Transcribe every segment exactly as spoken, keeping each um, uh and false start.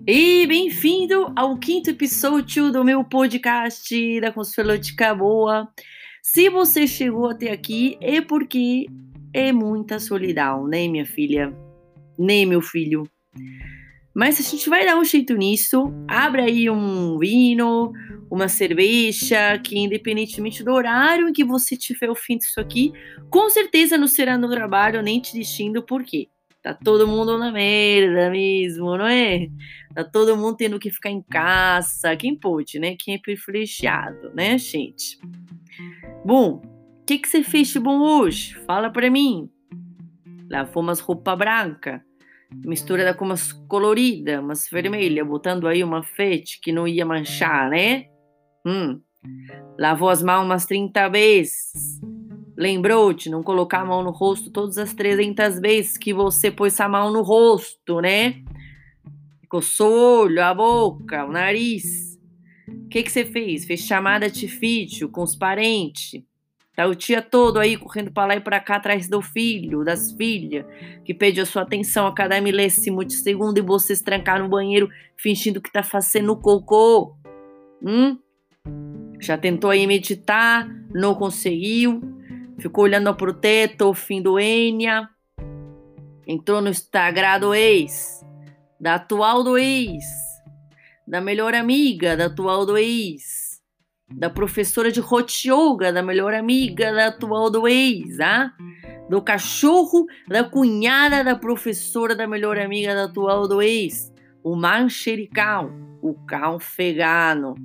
E bem-vindo ao quinto episódio do meu podcast da Consolótica Boa. Se você chegou até aqui é porque é muita solidão, né, minha filha? Né, meu filho? Mas a gente vai dar um jeito nisso. Abre aí um vinho, uma cerveja, que independentemente do horário em que você tiver o fim disso aqui, com certeza não será no trabalho nem te destino, por quê? Tá todo mundo na merda mesmo, não é? Tá todo mundo tendo que ficar em casa. Quem pôde, né? Quem é privilegiado, né, gente? Bom, o que, que você fez de bom hoje? Fala pra mim. Lavou umas roupas brancas, misturada com umas coloridas, umas vermelhas, botando aí uma fete que não ia manchar, né? Hum. Lavou as mãos umas trinta vezes. Lembrou de não colocar a mão no rosto todas as trezentas vezes que você pôs a mão no rosto, né? Coçou o olho, a boca, o nariz. O que, que você fez? Fez chamada de vídeo com os parentes. Tá o dia todo aí correndo pra lá e pra cá atrás do filho, das filhas, que pede a sua atenção a cada milésimo de segundo e você se trancar no banheiro fingindo que tá fazendo cocô. Hum? Já tentou aí meditar, não conseguiu. Ficou olhando pro teto, o fim do Enya. Entrou no Instagram do ex, da atual do ex, da melhor amiga da atual do ex, da professora de hot yoga, da melhor amiga da atual do ex, ah? Do cachorro da cunhada da professora da melhor amiga da atual do ex, o manjericão, o cão vegano.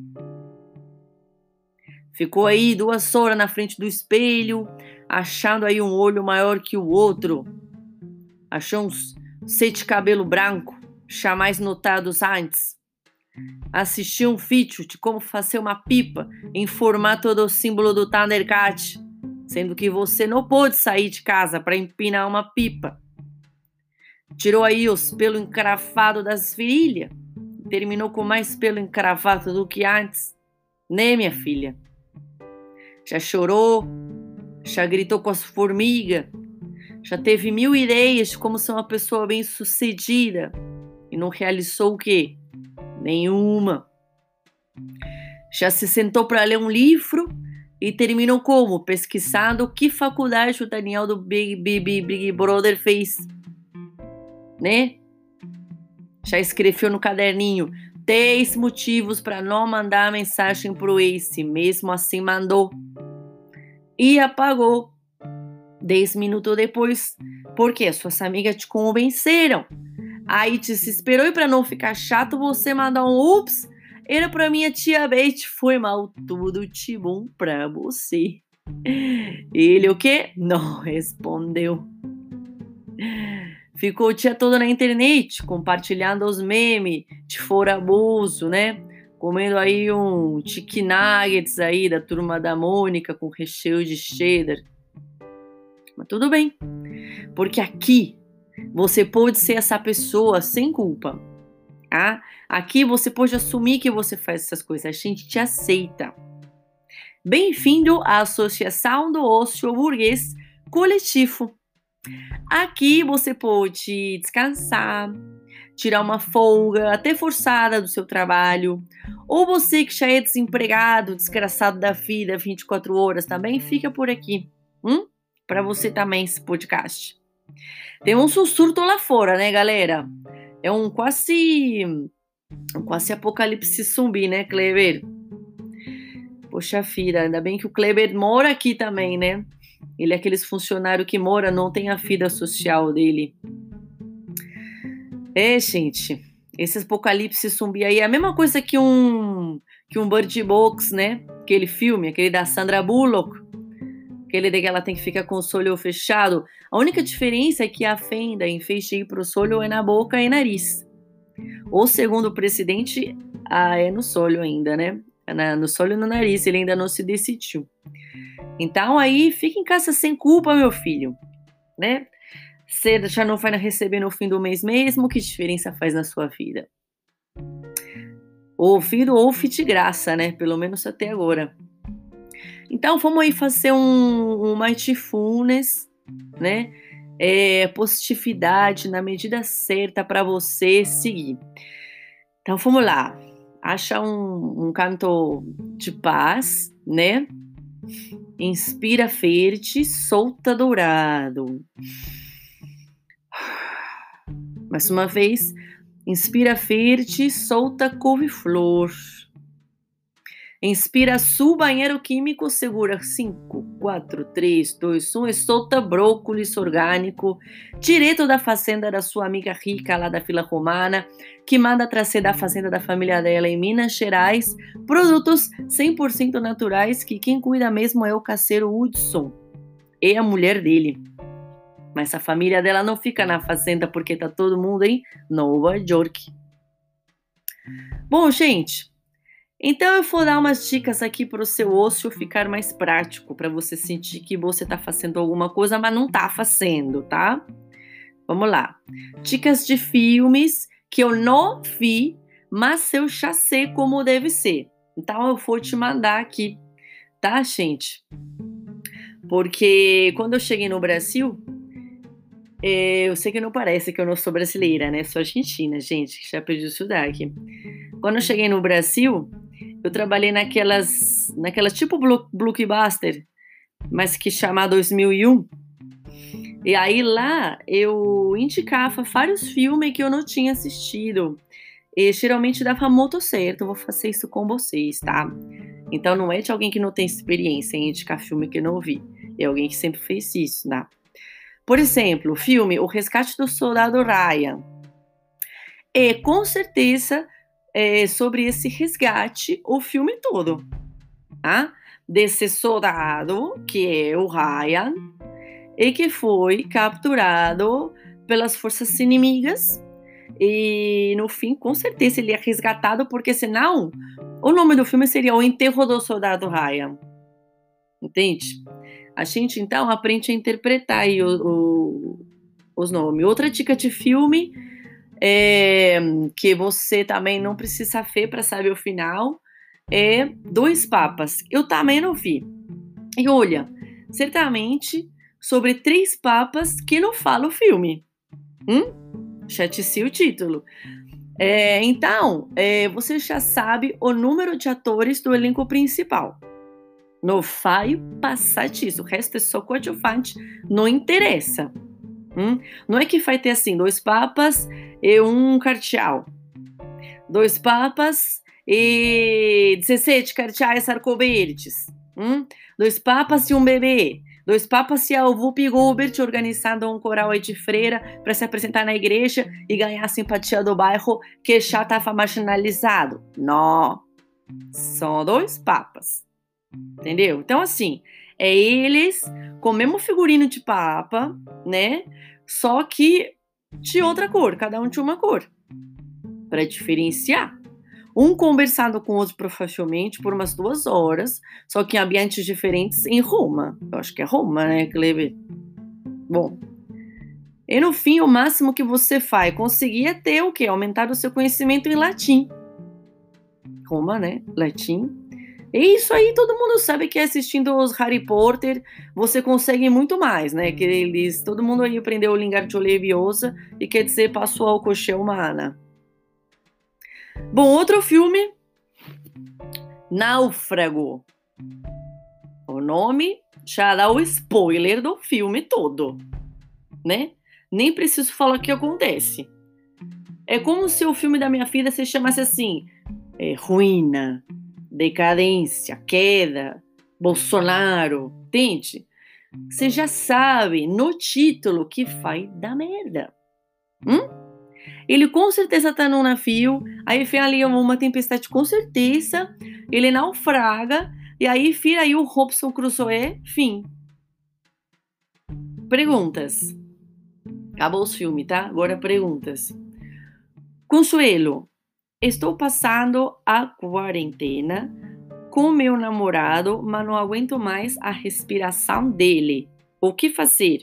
Ficou aí duas horas na frente do espelho, achando aí um olho maior que o outro. Achou uns sete cabelo branco, jamais notados antes. Assistiu um vídeo de como fazer uma pipa em formato do símbolo do Thundercat, sendo que você não pôde sair de casa para empinar uma pipa. Tirou aí os pelos encravados das virilhas, terminou com mais pelo encravado do que antes, né, minha filha? Já chorou, já gritou com as formigas, já teve mil ideias de como ser uma pessoa bem-sucedida e não realizou o quê? Nenhuma. Já se sentou para ler um livro e terminou como? Pesquisando que faculdade o Daniel do Big, Big, Big Brother fez, né? Já escreveu no caderninho dez motivos para não mandar mensagem pro ex, mesmo assim mandou. E apagou dez minutos depois, porque suas amigas te convenceram. Aí te desesperou e para não ficar chato, você mandar um ups, era pra minha tia Beth, foi mal, tudo de bom pra você. Ele o quê? Não respondeu. Ficou o dia todo na internet, compartilhando os memes de fora abuso, né? Comendo aí um chicken nuggets aí da Turma da Mônica com recheio de cheddar. Mas tudo bem, porque aqui você pode ser essa pessoa sem culpa. Ah, aqui você pode assumir que você faz essas coisas, a gente te aceita. Bem-vindo à Associação do Ócio Burguês Coletivo. Aqui você pode descansar, tirar uma folga, até forçada do seu trabalho. Ou você que já é desempregado, desgraçado da vida, vinte e quatro horas, também fica por aqui. Hum? Para você também esse podcast. Tem um sussurro lá fora, né, galera? É um quase, um quase apocalipse zumbi, né, Kleber? Poxa vida, ainda bem que o Kleber mora aqui também, né? Ele é aqueles funcionários que mora, não tem a vida social dele. É, gente, esse apocalipse zumbi aí é a mesma coisa que um, que um Bird Box, né? Aquele filme, aquele da Sandra Bullock. Aquele de que ela tem que ficar com o olho fechado. A única diferença é que a fenda, em vez de ir para o olho, é na boca e nariz. Ou, segundo o presidente, ah, é no olho ainda, né? Na, no olho e no nariz, ele ainda não se decidiu. Então, aí, fica em casa sem culpa, meu filho, né? Você já não vai receber no fim do mês mesmo, que diferença faz na sua vida? Ou filho, ou de graça, né? Pelo menos até agora. Então, vamos aí fazer um, um mindfulness, né? É, positividade na medida certa para você seguir. Então vamos lá. Acha um, um canto de paz, né? Inspira verde, solta dourado. Mais uma vez, inspira verde, solta couve-flor. Inspira azul, banheiro químico, segura cinco, quatro, três, dois, um e solta brócolis orgânico, direto da fazenda da sua amiga rica lá da Vila Romana, que manda trazer da fazenda da família dela em Minas Gerais, produtos cem por cento naturais que quem cuida mesmo é o caseiro Hudson, é a mulher dele. Mas a família dela não fica na fazenda porque tá todo mundo em Nova York. Bom, gente, então eu vou dar umas dicas aqui para o seu ócio ficar mais prático, para você sentir que você está fazendo alguma coisa, mas não está fazendo, tá? Vamos lá. Dicas de filmes que eu não vi, mas eu já sei como deve ser. Então eu vou te mandar aqui, tá, gente? Porque quando eu cheguei no Brasil, eu sei que não parece que eu não sou brasileira, né? Sou argentina, gente, já perdi o sotaque. Quando eu cheguei no Brasil, eu trabalhei naquelas, naquelas tipo blockbuster, mas que chama dois mil e um. E aí lá eu indicava vários filmes que eu não tinha assistido. E geralmente dava muito certo, eu vou fazer isso com vocês, tá? Então não é de alguém que não tem experiência em indicar filme que eu não vi. É alguém que sempre fez isso, né? Por exemplo, o filme O Resgate do Soldado Ryan. É com certeza é, sobre esse resgate o filme todo, tá? Desse soldado que é o Ryan e que foi capturado pelas forças inimigas e no fim com certeza ele é resgatado porque senão o nome do filme seria O Enterro do Soldado Ryan, entende? A gente então aprende a interpretar aí o, o, os nomes. Outra dica de filme é, que você também não precisa ver para saber o final é Dois Papas. Eu também não vi. E olha, certamente sobre três papas que não fala o filme. Hum? Já te sei o título. É, então, é, você já sabe o número de atores do elenco principal. Não vai passar disso. O resto é só coadjuvante. Não interessa. Hum? Não é que vai ter assim, dois papas e um cardeal. Dois papas e dezessete cardeais arcoverdes. Hum? Dois papas e um bebê. Dois papas e a Whoopi Goldberg organizando um coral aí de freira para se apresentar na igreja e ganhar a simpatia do bairro que já estava marginalizado. Não. São dois papas. Entendeu? Então, assim, é eles com o mesmo figurino de papa, né? Só que de outra cor, cada um de uma cor, para diferenciar. Um conversando com o outro provavelmente por umas duas horas, só que em ambientes diferentes em Roma. Eu acho que é Roma, né, Kleber? Bom, e no fim, o máximo que você vai conseguir é ter o quê? Aumentar o seu conhecimento em latim. Roma, né? Latim. E isso aí todo mundo sabe que assistindo os Harry Potter você consegue muito mais, né? Que eles, todo mundo aí aprendeu o linguaggio leviosa e quer dizer passou ao coxé humana. Bom, outro filme, Náufrago. O nome já dá o spoiler do filme todo, né? Nem preciso falar o que acontece. É como se o filme da minha filha se chamasse assim, é, Ruína, Decadência, Queda, Bolsonaro, entende? Você já sabe no título que vai dar merda. Hum? Ele com certeza tá num navio, aí vem ali uma tempestade com certeza, ele naufraga, e aí vira aí o Robson Crusoe, fim. Perguntas. Acabou os filmes, tá? Agora perguntas. Consuelo, estou passando a quarentena com meu namorado, mas não aguento mais a respiração dele. O que fazer?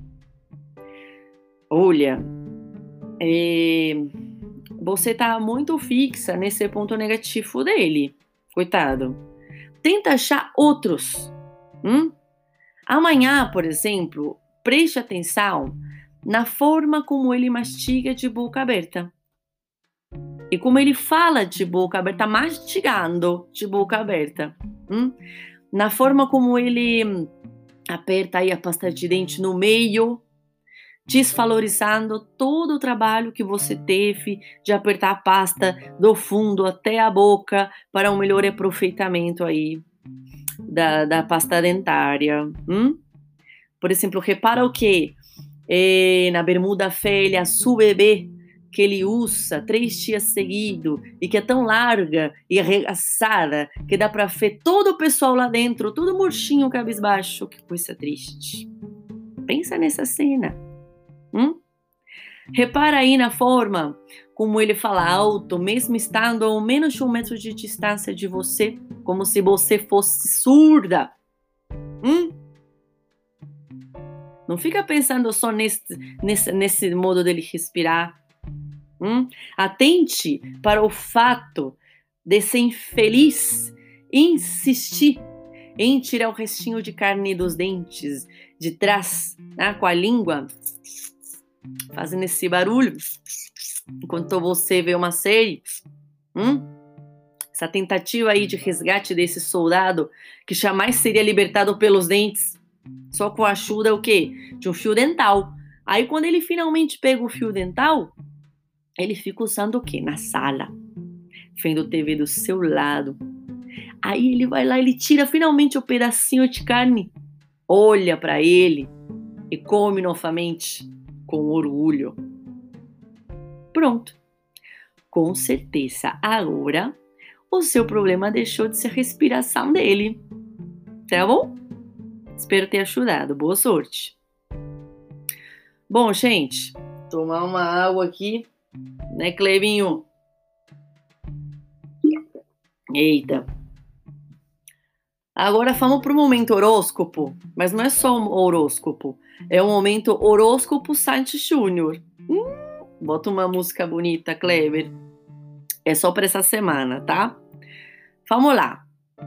Olha, é, você está muito fixa nesse ponto negativo dele, coitado. Tenta achar outros. Hum? Amanhã, por exemplo, preste atenção na forma como ele mastiga de boca aberta. E como ele fala de boca aberta, mastigando de boca aberta. Hum? Na forma como ele aperta aí a pasta de dente no meio, desvalorizando todo o trabalho que você teve de apertar a pasta do fundo até a boca para um melhor aproveitamento aí da, da pasta dentária. Hum? Por exemplo, repara o que é, na bermuda velha, su bebê, que ele usa três dias seguidos e que é tão larga e arregaçada que dá para ver todo o pessoal lá dentro, todo murchinho, cabisbaixo. Que coisa triste. Pensa nessa cena. Hum? Repara aí na forma como ele fala alto, mesmo estando a menos de um metro de distância de você, como se você fosse surda. Hum? Não fica pensando só nesse, nesse, nesse modo dele respirar. Hum? Atente para o fato de ser infeliz insistir em tirar o restinho de carne dos dentes de trás, né, com a língua, fazendo esse barulho, enquanto você vê uma série. Hum? Essa tentativa aí de resgate desse soldado que jamais seria libertado pelos dentes, só com a ajuda o quê? De um fio dental. Aí quando ele finalmente pega o fio dental, ele fica usando o quê? Na sala, vendo T V do seu lado. Aí ele vai lá, ele tira finalmente o pedacinho de carne, olha para ele e come novamente com orgulho. Pronto. Com certeza, agora o seu problema deixou de ser a respiração dele. Tá bom? Espero ter ajudado. Boa sorte. Bom, gente, tomar uma água aqui, né, Clevinho? Eita. Agora vamos para o momento horóscopo, mas não é só um horóscopo, é o momento horóscopo Santi Júnior. Hum, bota uma música bonita, Kleber. É só para essa semana, tá? Vamos lá.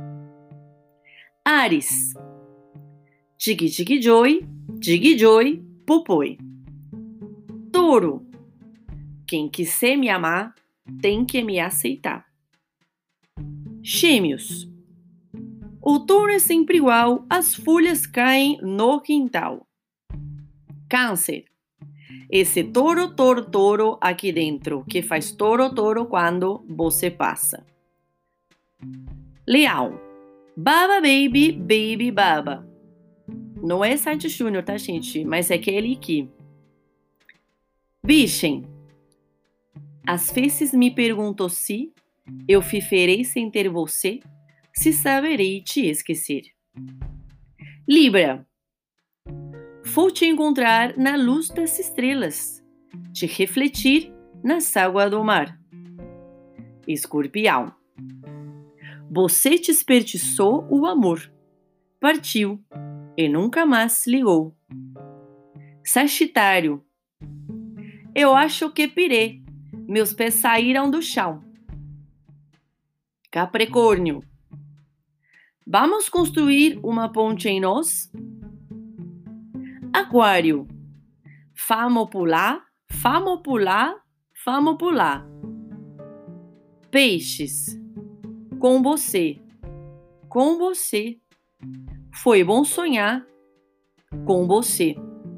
Áries. Tiki tiki joy, tiki joy, pupoi. Touro. Quem quiser me amar, tem que me aceitar. Gêmeos. Outono é sempre igual, as folhas caem no quintal. Câncer. Esse touro, touro, touro aqui dentro, que faz touro, touro quando você passa. Leão. Baba, baby, baby, baba. Não é Santi Júnior, tá, gente? Mas é aquele aqui. Virgem. Às vezes me pergunto se eu viverei sem ter você, se saberei te esquecer. Libra. Vou te encontrar na luz das estrelas, te refletir nas águas do mar. Escorpião. Você desperdiçou o amor, partiu e nunca mais ligou. Sagitário. Eu acho que pirei, meus pés saíram do chão. Capricórnio. Vamos construir uma ponte em nós? Aquário. Vamos pular, vamos pular, vamos pular. Peixes. Com você, com você. Foi bom sonhar com você.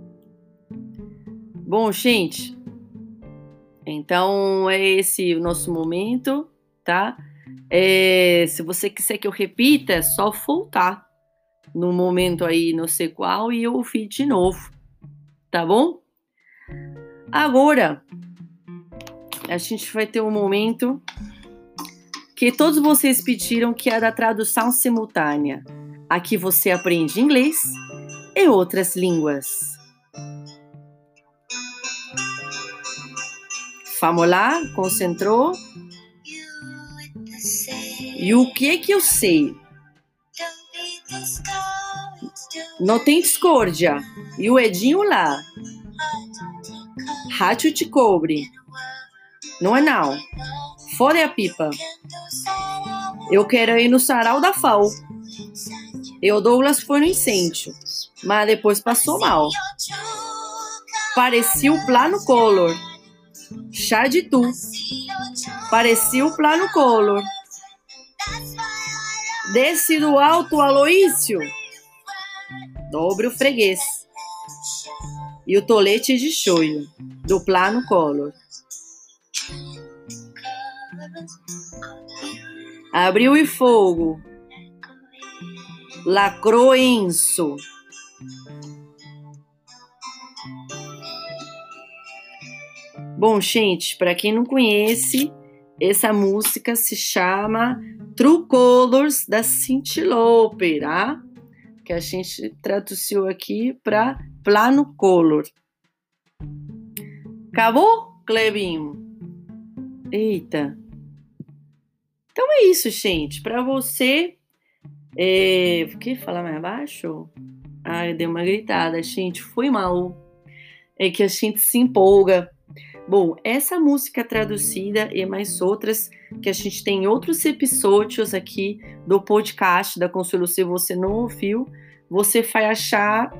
Bom, gente, então é esse o nosso momento, tá? É, se você quiser que eu repita, é só voltar no momento aí, não sei qual, e eu ouvir de novo, tá bom? Agora, a gente vai ter um momento que todos vocês pediram, que é da tradução simultânea. Aqui você aprende inglês e outras línguas. Vamos lá? Concentrou? E o que é que eu sei? Não tem discórdia. E o Edinho lá? Rádio te cobre. Não é não. Fora a pipa. Eu quero ir no sarau da F A O. E o Douglas foi no incêndio, mas depois passou mal. Parecia o plano Collor. Chá de tu. Parecia o Plano Collor. Desce do alto, Aloísio. Dobre o freguês. E o tolete de choio, do Plano Collor. Abriu e fogo. Lacrou Enzo. Bom, gente, para quem não conhece, essa música se chama True Colors da Cyndi Lauper, tá? Que a gente traduziu aqui para Plano Collor. Acabou, Clebinho? Eita. Então é isso, gente. Para você... É... O que? Falar mais baixo? Ai, deu uma gritada, gente. Foi mal. É que a gente se empolga. Bom, essa música traduzida e mais outras que a gente tem em outros episódios aqui do podcast da Consuelo. Se você não ouviu, você vai achar...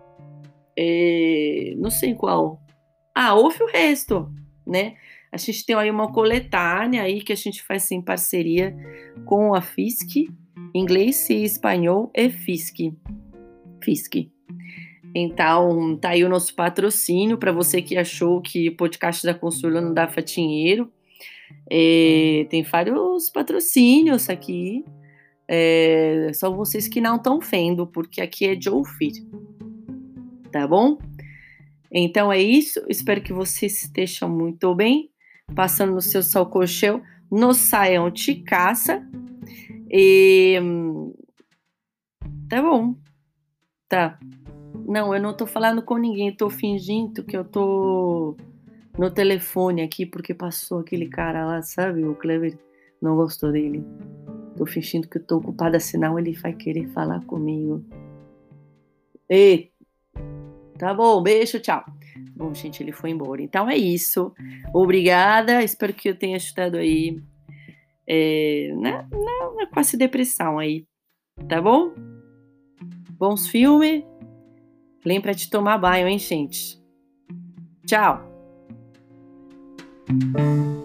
É... Não sei qual. Ah, ouve o resto, né? A gente tem aí uma coletânea aí que a gente faz em parceria com a Fisk, inglês e espanhol é Fisk. Fisk. Então, tá aí o nosso patrocínio para você que achou que o podcast da Consuelo não dava dinheiro. É, tem vários patrocínios aqui. É, só vocês que não estão vendo, porque aqui é de ouvir. Tá bom? Então é isso. Espero que vocês estejam muito bem. Passando no seu salcochão, não saiam de casa. E... Tá bom. Tá. Não, eu não tô falando com ninguém. Tô fingindo que eu tô no telefone aqui, porque passou aquele cara lá, sabe? O Clever não gostou dele. Tô fingindo que eu tô ocupada, senão ele vai querer falar comigo. Ei, tá bom, beijo, tchau. Bom, gente, ele foi embora. Então é isso. Obrigada. Espero que eu tenha ajudado aí é, na, na, na quase depressão aí. Tá bom? Bons filmes. Lembra de tomar banho, hein, gente? Tchau.